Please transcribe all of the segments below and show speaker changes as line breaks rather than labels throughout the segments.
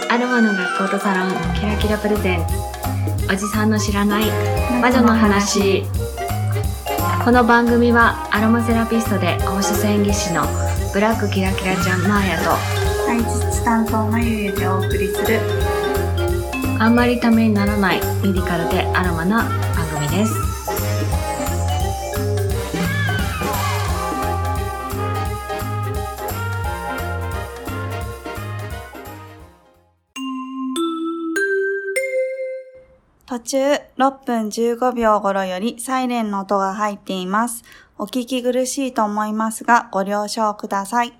アロマの学校とサロンキラキラプレゼンツ、おじさんの知らない魔女の話。この番組はアロマセラピストで放射線技師のブラックキラキラちゃんマーヤと
体質担当のゆゆでお送りする、
あんまりためにならないメディカルでアロマな番組です。
途中6分15秒頃よりサイレンの音が入っています。お聞き苦しいと思いますがご了承ください。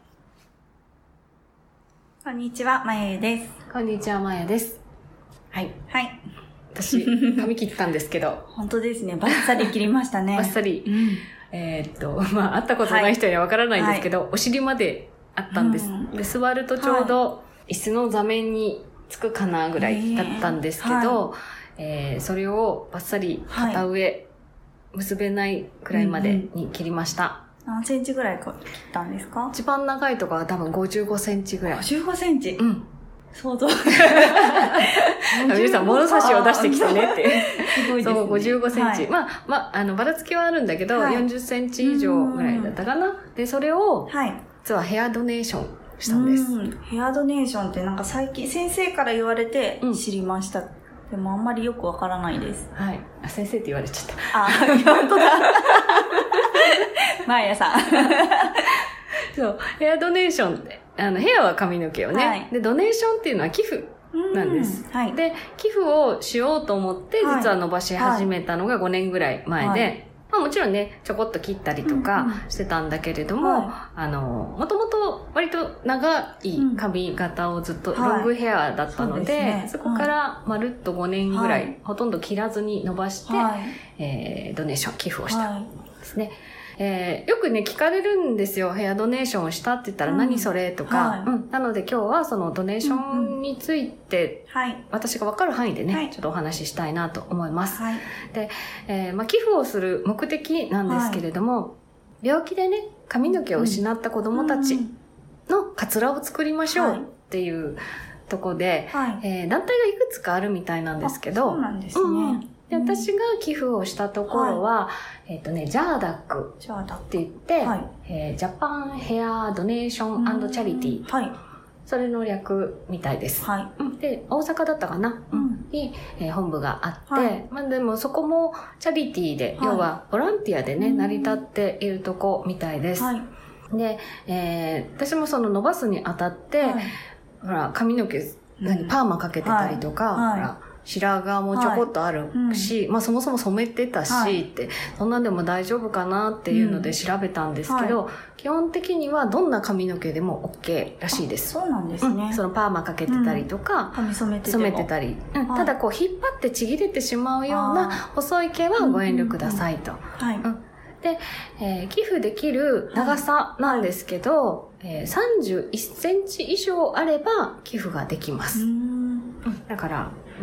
こんにちは、まゆです。
こんにちは、まやです。はい。
はい。
私、髪切ったんですけど。
本当ですね。バッサリ切りましたね。
バッサリ。会ったことない人にはわからないんですけど、お尻まであったんです。で、座るとちょうど椅子の座面につくかなぐらいだったんですけど、それをバッサリ片上、結べないくらいまでに切りました。
何センチぐらい切ったんですか？
一番長いところは多分55センチぐらい。
55センチ？うん。想像。
皆さん物差しを出してきてねって。
すごいですね。
そう、55センチ。ばらつきはあるんだけど、40センチ以上ぐらいだったかな。で、それを、実はヘアドネーションしたんです。
ヘアドネーションってなんか最近、先生から言われて知りました。でもあんまりよくわからないです。
はい。先生って言われちゃった。
本当だ。マーヤさん。
そう、ヘアドネーションって、ヘアは髪の毛をね。で、ドネーションっていうのは寄付なんです。で、寄付をしようと思って、実は伸ばし始めたのが5年ぐらい前で、もちろんね、ちょこっと切ったりとかしてたんだけれども、もともと割と長い髪型をずっとロングヘアだったので、そこからまるっと5年ぐらい、ほとんど切らずに伸ばして、ドネーション、寄付をしたんですね。よくね、聞かれるんですよ。ヘアドネーションをしたって言ったら何それとか。なので今日はそのドネーションについて、私がわかる範囲でね、ちょっとお話ししたいなと思います。で、寄付をする目的なんですけれども、病気でね、髪の毛を失った子供たちのカツラを作りましょうっていうところで、団体がいくつかあるみたいなんですけど、
そうなんですね。
で、私が寄付をしたところは、ジャーダックって言って、ジャパンヘアドネーション&チャリティー。それの略みたいです。で、大阪だったかな、に、本部があって、でもそこもチャリティーで、要はボランティアでね、成り立っているとこみたいです。で、私もその伸ばすにあたって、ほら、髪の毛、パーマかけてたりとか、ほら、白髪もちょこっとあるし、そもそも染めてたしって、そんなんでも大丈夫かなっていうので調べたんですけど、基本的にはどんな髪の毛でも OK らしいです。
そうなんですね。
そのパーマかけてたりとか、
髪染めてたり。
ただこう引っ張ってちぎれてしまうような細い毛はご遠慮くださいと。で、寄付できる長さなんですけど、31センチ以上あれば寄付ができます。だから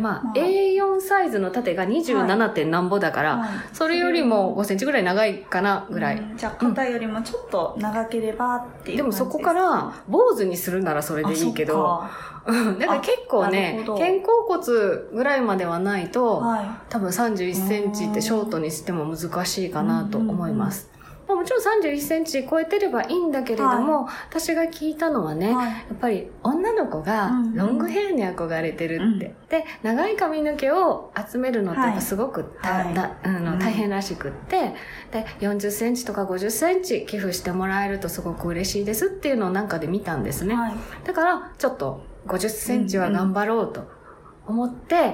、A4 サイズの縦が 27. 点何ぼだから、それよりも5センチぐらい長いかなぐらい。
じゃあ肩よりもちょっと長ければっていう。
でもそこから坊主にするならそれでいいけど、だから結構ね、肩甲骨ぐらいまではないと、多分31センチってショートにしても難しいかなと思います。もちろん31センチ超えてればいいんだけれども、私が聞いたのはね、やっぱり女の子がロングヘアに憧れてるって。で、長い髪の毛を集めるのってやっぱすごく大変らしくって、で、40センチとか50センチ寄付してもらえるとすごく嬉しいですっていうのをなんかで見たんですね。だから、ちょっと50センチは頑張ろうと思って、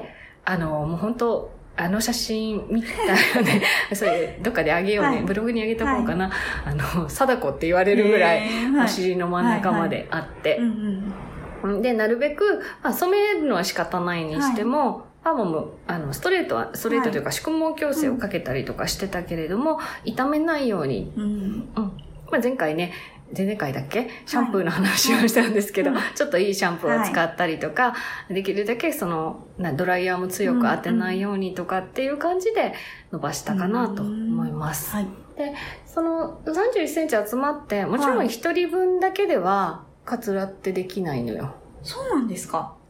もう本当写真見たよね。それ、どっかであげようね。ブログにあげた方かな。貞子って言われるぐらい、お尻の真ん中まであって。で、なるべく、染めるのは仕方ないにしても、パーマも、ストレートというか、宿毛矯正をかけたりとかしてたけれども、傷めないように。前回ね、前回だっけシャンプーの話をしたんですけど、ちょっといいシャンプーを使ったりとか、できるだけドライヤーも強く当てないようにとかっていう感じで伸ばしたかなと思います。で、その31センチ集まって、もちろん一人分だけではカツラってできないのよ。
そうなんですか？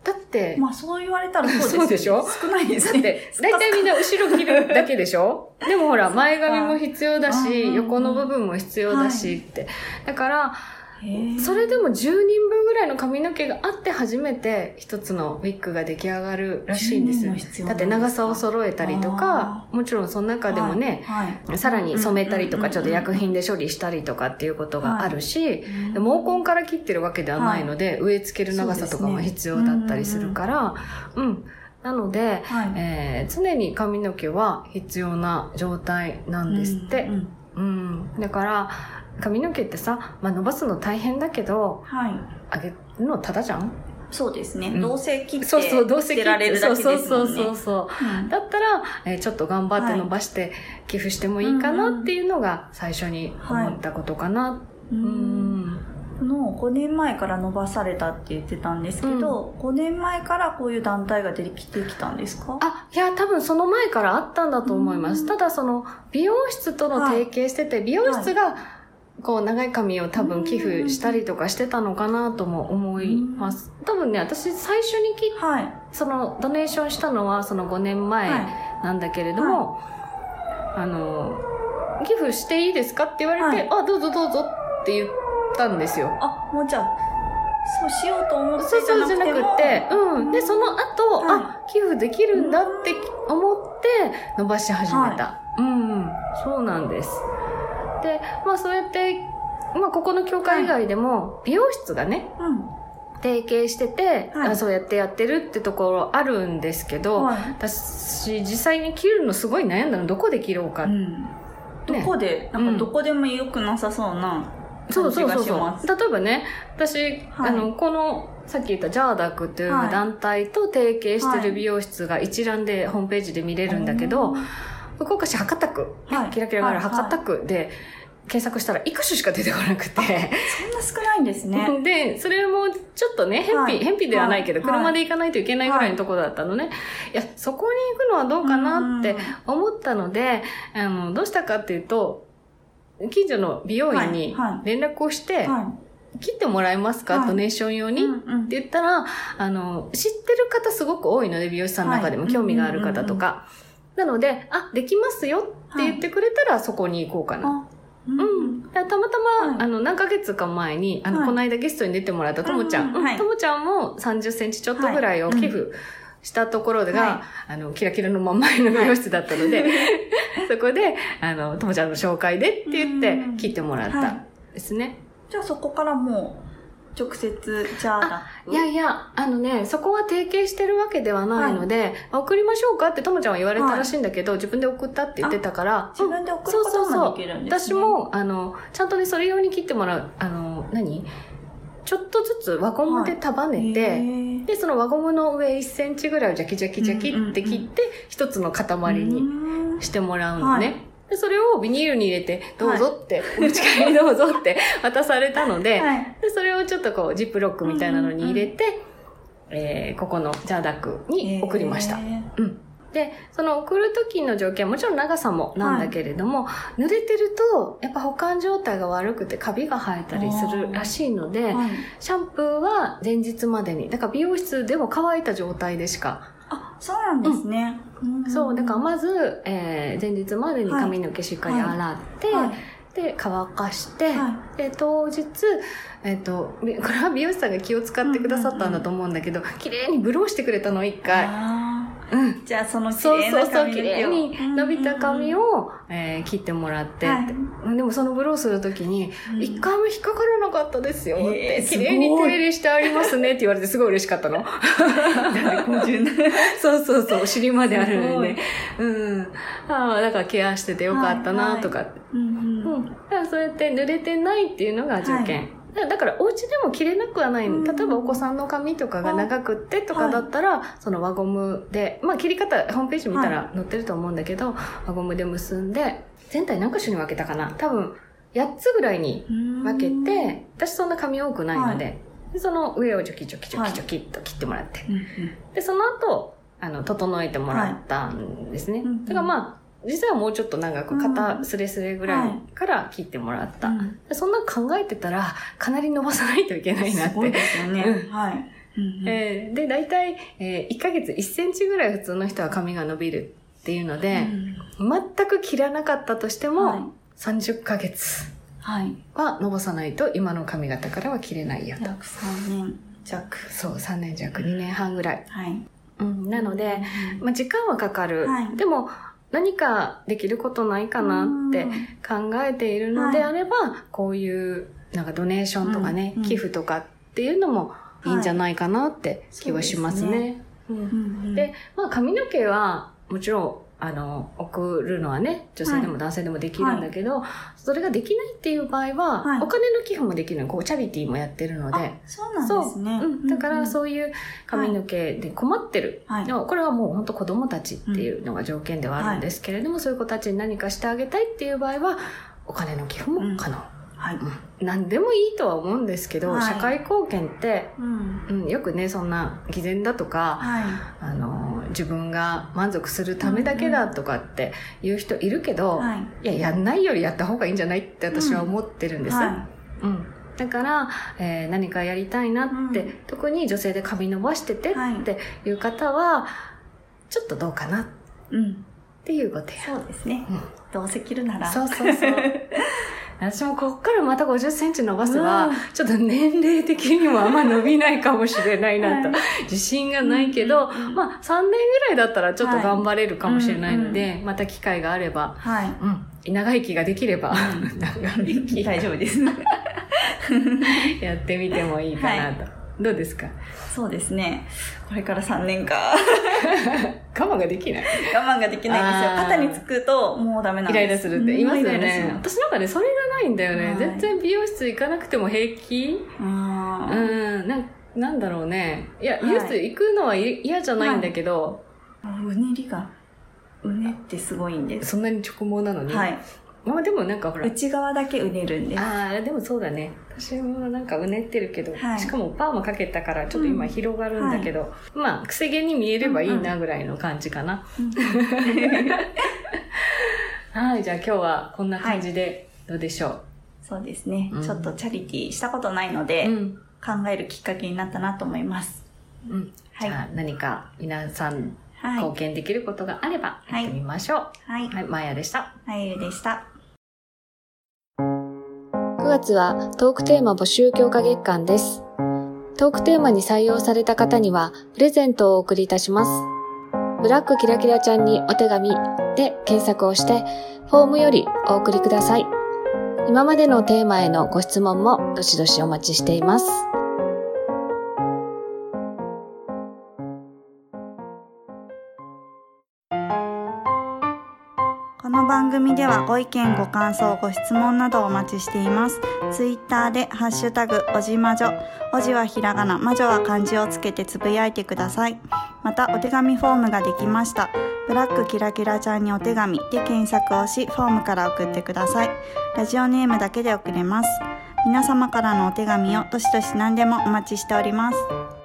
だって、
まあそう言われたらそうです。
そうでしょ？
少ないですね。
だって、だいたいみんな後ろ切るだけでしょ？でもほら、前髪も必要だし、横の部分も必要だしって。だから、それでも10人分ぐらいの髪の毛があって初めて一つのウィッグが出来上がるらしいんです。だって長さを揃えたりとか、もちろんその中でもね、さらに染めたりとかちょっと薬品で処理したりとかっていうことがあるし、毛根から切ってるわけではないので、植え付ける長さとかも必要だったりするから、なので、常に髪の毛は必要な状態なんですって。だから、髪の毛ってさ、伸ばすの大変だけど、あげるのただじゃん？
そうですね。どうせ切って
捨てられるだけですもんね。
そう。
だったら、ちょっと頑張って伸ばして寄付してもいいかなっていうのが最初に思ったことかな。
5年前から伸ばされたって言ってたんですけど、5年前からこういう団体ができてきたんですか？
いや、多分その前からあったんだと思います。ただ美容室との提携してて、美容室が、長い髪を多分寄付したりとかしてたのかなとも思います。多分ね、私最初にドネーションしたのは5年前なんだけれども、寄付していいですかって言われて、どうぞどうぞって言ったんですよ。
もうじゃあ、そうしようと思ってじゃなくて
で、その後、寄付できるんだって思って伸ばし始めた。そうなんです。で、そうやって、ここの協会以外でも、美容室がね、提携してて、そうやってやってるってところあるんですけど、私、実際に切るのすごい悩んだの、どこで切ろうか。
どこで、どこでも良くなさそうな感じがします。
例えばね、私、この、さっき言ったジャーダックっていう団体と提携してる美容室が一覧でホームページで見れるんだけど、福岡市博多区、キラキラがある博多区で検索したら1カ所しか出てこなくて。
そんな少ないんですね。
で、それもちょっとね、偏僻ではないけど、車で行かないといけないぐらいのところだったのね。いや、そこに行くのはどうかなって思ったので、どうしたかっていうと、近所の美容院に連絡をして、切ってもらえますか、ドネーション用に、って言ったら、知ってる方すごく多いので、美容師さんの中でも興味がある方とか。なので、できますよって言ってくれたら、そこに行こうかな。たまたま、何ヶ月か前に、この間ゲストに出てもらったともちゃん。ともちゃんも30センチちょっとぐらいを寄付したところが、キラキラの真ん前の美容室だったので、そこで、ともちゃんの紹介でって言って、切ってもらったですね。
じゃあそこからもう、直接、じゃあ
いや、そこは提携してるわけではないので、送りましょうかってともちゃんは言われたらしいんだけど、自分で送ったって言ってたから、
自分で送ることもできるんですね。
私も、ちゃんとね、それ用に切ってもらう、ちょっとずつ輪ゴムで束ねて、で、その輪ゴムの上1センチぐらいをジャキジャキジャキって切って、一つの塊にしてもらうのね。で、それをビニールに入れて、どうぞって、持ち帰りどうぞって渡されたので、で、それをちょっとジップロックみたいなのに入れて、ここのジャーダックに送りました。で、その送る時の条件はもちろん長さもなんだけれども、濡れてると、やっぱ保管状態が悪くてカビが生えたりするらしいので、シャンプーは前日までに、だから美容室でも乾いた状態でしか、
そうなんですね。
そう、だからまず、前日までに髪の毛しっかり洗って、で、乾かして、で、当日、これは美容師さんが気を使ってくださったんだと思うんだけど、綺麗にブローしてくれたの、一回。
じゃあその綺麗な髪の毛を。
綺麗に伸びた髪を、切ってもらって、でもそのブローするときに、一回も引っかからなかったですよって、綺麗に手入れしてありますねって言われてすごい嬉しかったの。そう、お尻まであるのでね。だからケアしててよかったなとか。だからそうやって濡れてないっていうのが条件。だからお家でも着れなくはない。例えばお子さんの髪とかが長くってとかだったら、その輪ゴムで、切り方、ホームページ見たら載ってると思うんだけど、輪ゴムで結んで、全体何箇所に分けたかな？多分、8つぐらいに分けて、私そんな髪多くないので、その上をチョキチョキチョキチョキっと切ってもらって。で、その後、整えてもらったんですね。だから実際はもうちょっと長く、肩スレスレぐらいから切ってもらった。そんな考えてたら、かなり伸ばさないといけないなって。
すごいですよね。
で、だいたい1ヶ月1センチぐらい普通の人は髪が伸びるっていうので、全く切らなかったとしても、30ヶ月は伸ばさないと今の髪型からは切れないよと。
約3年弱。
そう、3年弱、2年半ぐらい。なので、時間はかかる。でも、何かできることないかなって考えているのであれば、こういうなんかドネーションとかね、寄付とかっていうのもいいんじゃないかなって気はしますね。で、髪の毛はもちろん送るのはね、女性でも男性でもできるんだけど、それができないっていう場合は、お金の寄付もできるの。こうチャリティーもやってるので。
そうなんですね。
だからそういう髪の毛で困ってる。でもこれはもう本当子供たちっていうのが条件ではあるんですけれども、そういう子たちに何かしてあげたいっていう場合は、お金の寄付も可能。何でもいいとは思うんですけど、社会貢献って、よくね、そんな偽善だとか、自分が満足するためだけだとかって言う人いるけど、やんないよりやった方がいいんじゃないって私は思ってるんです。だから、何かやりたいなって、特に女性で髪伸ばしててっていう方は、ちょっとどうかなっていうご提案。
そうですね。どうせ切るなら。
そう。私もこっからまた50センチ伸ばせば、ちょっと年齢的にもあんま伸びないかもしれないなと、自信がないけど、3年ぐらいだったらちょっと頑張れるかもしれないので、また機会があれば、長生きができれば、
大丈夫です。
やってみてもいいかなと。どうですか？
そうですね。これから3年か。
我慢ができない。
我慢ができないんですよ。肩につくともうダメなんです。
イライラするって言いますよね。私なんかね、それがないんだよね。全然美容室行かなくても平気。なんだろうね。いや、美容室行くのは嫌じゃないんだけど。
うねりが、うねってすごいんです。
そんなに直毛なのに。でもなんかほら。
内側だけうねるんです。
でもそうだね。私もなんかうねってるけど、しかもパーマかけたからちょっと今広がるんだけど、くせ毛に見えればいいなぐらいの感じかな。じゃあ今日はこんな感じでどうでしょう？
そうですね。ちょっとチャリティーしたことないので、考えるきっかけになったなと思います。
じゃあ何か皆さん貢献できることがあればやってみましょう。マヤでした。
マユでした。
9月はトークテーマ募集強化月間です。トークテーマに採用された方にはプレゼントをお送りいたします。ブラックキラキラちゃんにお手紙で検索をしてフォームよりお送りください。今までのテーマへのご質問もどしどしお待ちしています。
この番組ではご意見ご感想ご質問などをお待ちしています。ツイッターでハッシュタグおじまじょ、おじはひらがな、まじょは漢字をつけてつぶやいてください。またお手紙フォームができました。ブラックキラキラちゃんにお手紙で検索をしフォームから送ってください。ラジオネームだけで送れます。皆様からのお手紙をどしどし何でもお待ちしております。